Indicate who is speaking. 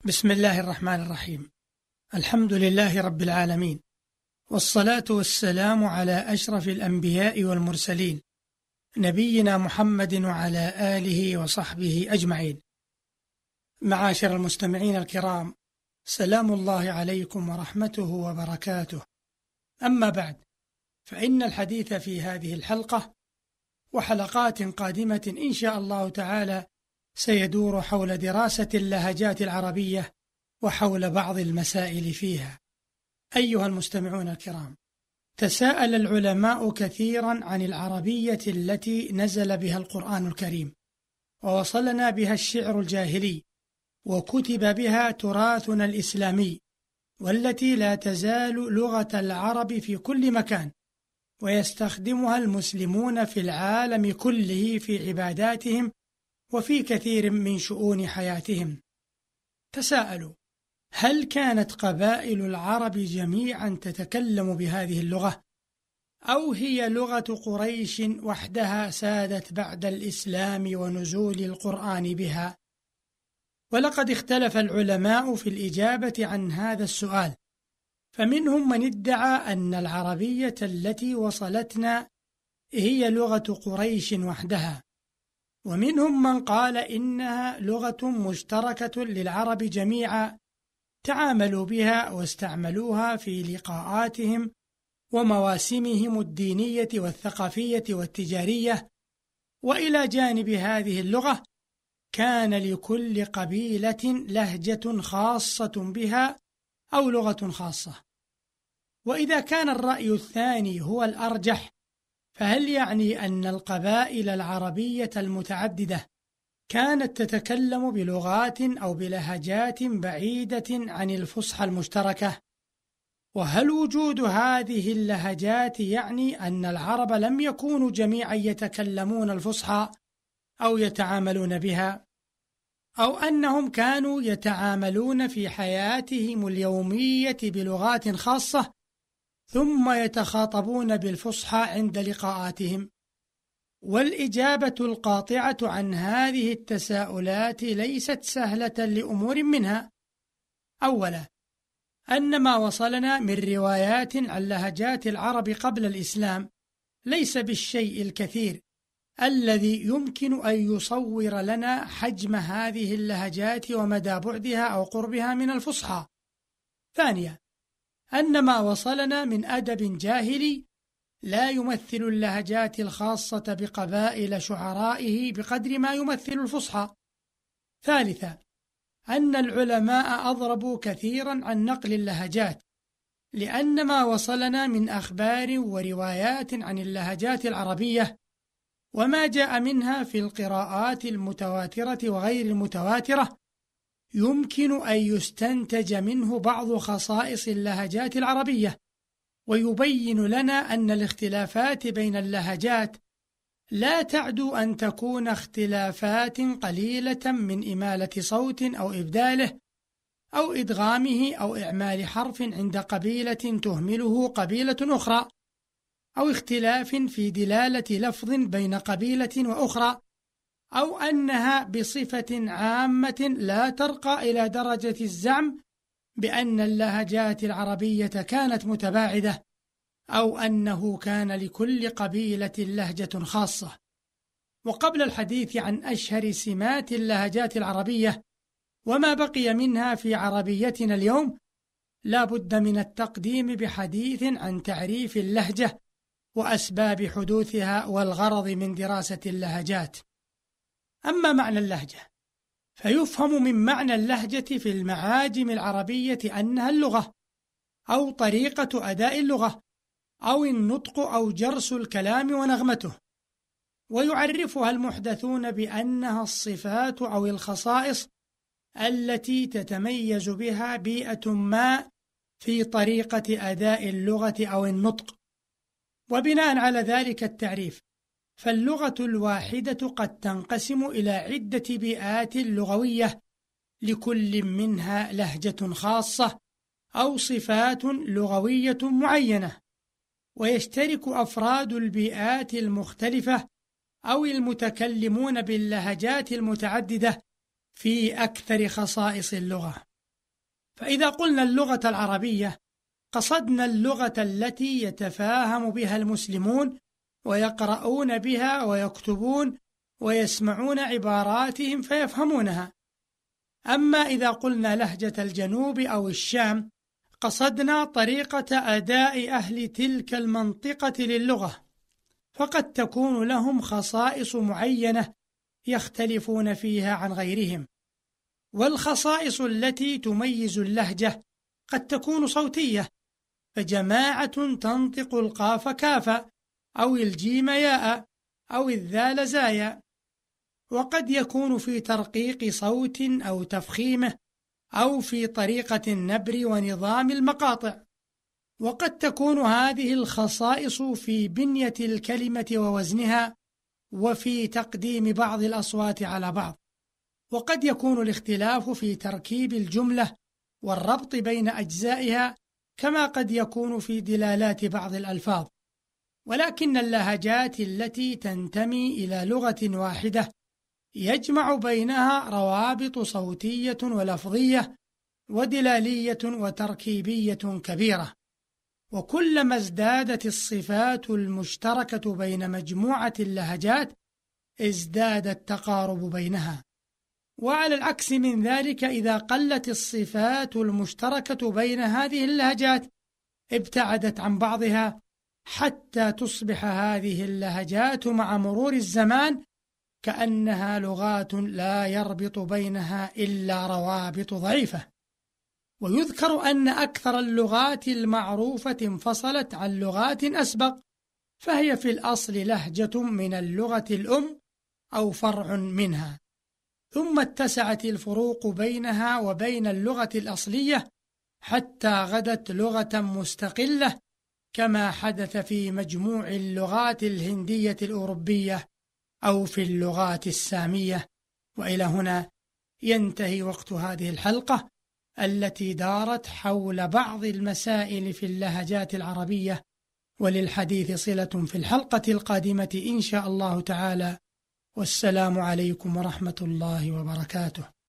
Speaker 1: بسم الله الرحمن الرحيم. الحمد لله رب العالمين، والصلاة والسلام على أشرف الأنبياء والمرسلين، نبينا محمد وعلى آله وصحبه أجمعين. معاشر المستمعين الكرام، سلام الله عليكم ورحمته وبركاته. أما بعد، فإن الحديث في هذه الحلقة وحلقات قادمة إن شاء الله تعالى سيدور حول دراسة اللهجات العربية وحول بعض المسائل فيها. أيها المستمعون الكرام، تساءل العلماء كثيرا عن العربية التي نزل بها القرآن الكريم، ووصلنا بها الشعر الجاهلي، وكتب بها تراثنا الإسلامي، والتي لا تزال لغة العرب في كل مكان، ويستخدمها المسلمون في العالم كله في عباداتهم وفي كثير من شؤون حياتهم. تساءلوا: هل كانت قبائل العرب جميعا تتكلم بهذه اللغة؟ أو هي لغة قريش وحدها سادت بعد الإسلام ونزول القرآن بها؟ ولقد اختلف العلماء في الإجابة عن هذا السؤال، فمنهم من ادعى أن العربية التي وصلتنا هي لغة قريش وحدها، ومنهم من قال إنها لغة مشتركة للعرب جميعا، تعاملوا بها واستعملوها في لقاءاتهم ومواسمهم الدينية والثقافية والتجارية. وإلى جانب هذه اللغة كان لكل قبيلة لهجة خاصة بها أو لغة خاصة. وإذا كان الرأي الثاني هو الأرجح، فهل يعني أن القبائل العربية المتعددة كانت تتكلم بلغات أو بلهجات بعيدة عن الفصحى المشتركة؟ وهل وجود هذه اللهجات يعني أن العرب لم يكونوا جميعا يتكلمون الفصحى أو يتعاملون بها، أو أنهم كانوا يتعاملون في حياتهم اليومية بلغات خاصة ثم يتخاطبون بالفصحى عند لقاءاتهم؟ والإجابة القاطعة عن هذه التساؤلات ليست سهلة لأمور منها. أولا، أن ما وصلنا من روايات عن لهجات العرب قبل الإسلام ليس بالشيء الكثير الذي يمكن أن يصور لنا حجم هذه اللهجات ومدى بعدها أو قربها من الفصحى. ثانيا، أن ما وصلنا من أدب جاهلي لا يمثل اللهجات الخاصة بقبائل شعرائه بقدر ما يمثل الفصحى. ثالثا، أن العلماء أضربوا كثيرا عن نقل اللهجات، لأن ما وصلنا من أخبار وروايات عن اللهجات العربية وما جاء منها في القراءات المتواترة وغير المتواترة يمكن أن يستنتج منه بعض خصائص اللهجات العربية، ويبين لنا أن الاختلافات بين اللهجات لا تعدو أن تكون اختلافات قليلة من إمالة صوت أو إبداله أو إدغامه أو إعمال حرف عند قبيلة تهمله قبيلة أخرى، أو اختلاف في دلالة لفظ بين قبيلة وأخرى، أو أنها بصفة عامة لا ترقى إلى درجة الزعم بأن اللهجات العربية كانت متباعدة، أو أنه كان لكل قبيلة لهجة خاصة. وقبل الحديث عن أشهر سمات اللهجات العربية وما بقي منها في عربيتنا اليوم، لا بد من التقديم بحديث عن تعريف اللهجة وأسباب حدوثها والغرض من دراسة اللهجات. أما معنى اللهجة فيفهم من معنى اللهجة في المعاجم العربية أنها اللغة أو طريقة أداء اللغة أو النطق أو جرس الكلام ونغمته، ويعرفها المحدثون بأنها الصفات أو الخصائص التي تتميز بها بيئة ما في طريقة أداء اللغة أو النطق. وبناء على ذلك التعريف، فاللغة الواحدة قد تنقسم إلى عدة بيئات لغوية، لكل منها لهجة خاصة أو صفات لغوية معينة، ويشترك أفراد البيئات المختلفة أو المتكلمون باللهجات المتعددة في أكثر خصائص اللغة. فإذا قلنا اللغة العربية قصدنا اللغة التي يتفاهم بها المسلمون ويقرؤون بها ويكتبون ويسمعون عباراتهم فيفهمونها. أما إذا قلنا لهجة الجنوب أو الشام قصدنا طريقة أداء أهل تلك المنطقة للغة، فقد تكون لهم خصائص معينة يختلفون فيها عن غيرهم. والخصائص التي تميز اللهجة قد تكون صوتية، فجماعة تنطق القاف كافا أو الجيم ياء أو الذال زايا، وقد يكون في ترقيق صوت أو تفخيمه أو في طريقة النبر ونظام المقاطع. وقد تكون هذه الخصائص في بنية الكلمة ووزنها وفي تقديم بعض الأصوات على بعض، وقد يكون الاختلاف في تركيب الجملة والربط بين أجزائها، كما قد يكون في دلالات بعض الألفاظ. ولكن اللهجات التي تنتمي إلى لغة واحدة يجمع بينها روابط صوتية ولفظية ودلالية وتركيبية كبيرة، وكلما ازدادت الصفات المشتركة بين مجموعة اللهجات ازداد التقارب بينها. وعلى العكس من ذلك، إذا قلت الصفات المشتركة بين هذه اللهجات ابتعدت عن بعضها، حتى تصبح هذه اللهجات مع مرور الزمان كأنها لغات لا يربط بينها إلا روابط ضعيفة. ويذكر أن أكثر اللغات المعروفة انفصلت عن لغات أسبق، فهي في الأصل لهجة من اللغة الأم أو فرع منها، ثم اتسعت الفروق بينها وبين اللغة الأصلية حتى غدت لغة مستقلة، كما حدث في مجموع اللغات الهندية الأوروبية أو في اللغات السامية. وإلى هنا ينتهي وقت هذه الحلقة التي دارت حول بعض المسائل في اللهجات العربية، وللحديث صلة في الحلقة القادمة إن شاء الله تعالى. والسلام عليكم ورحمة الله وبركاته.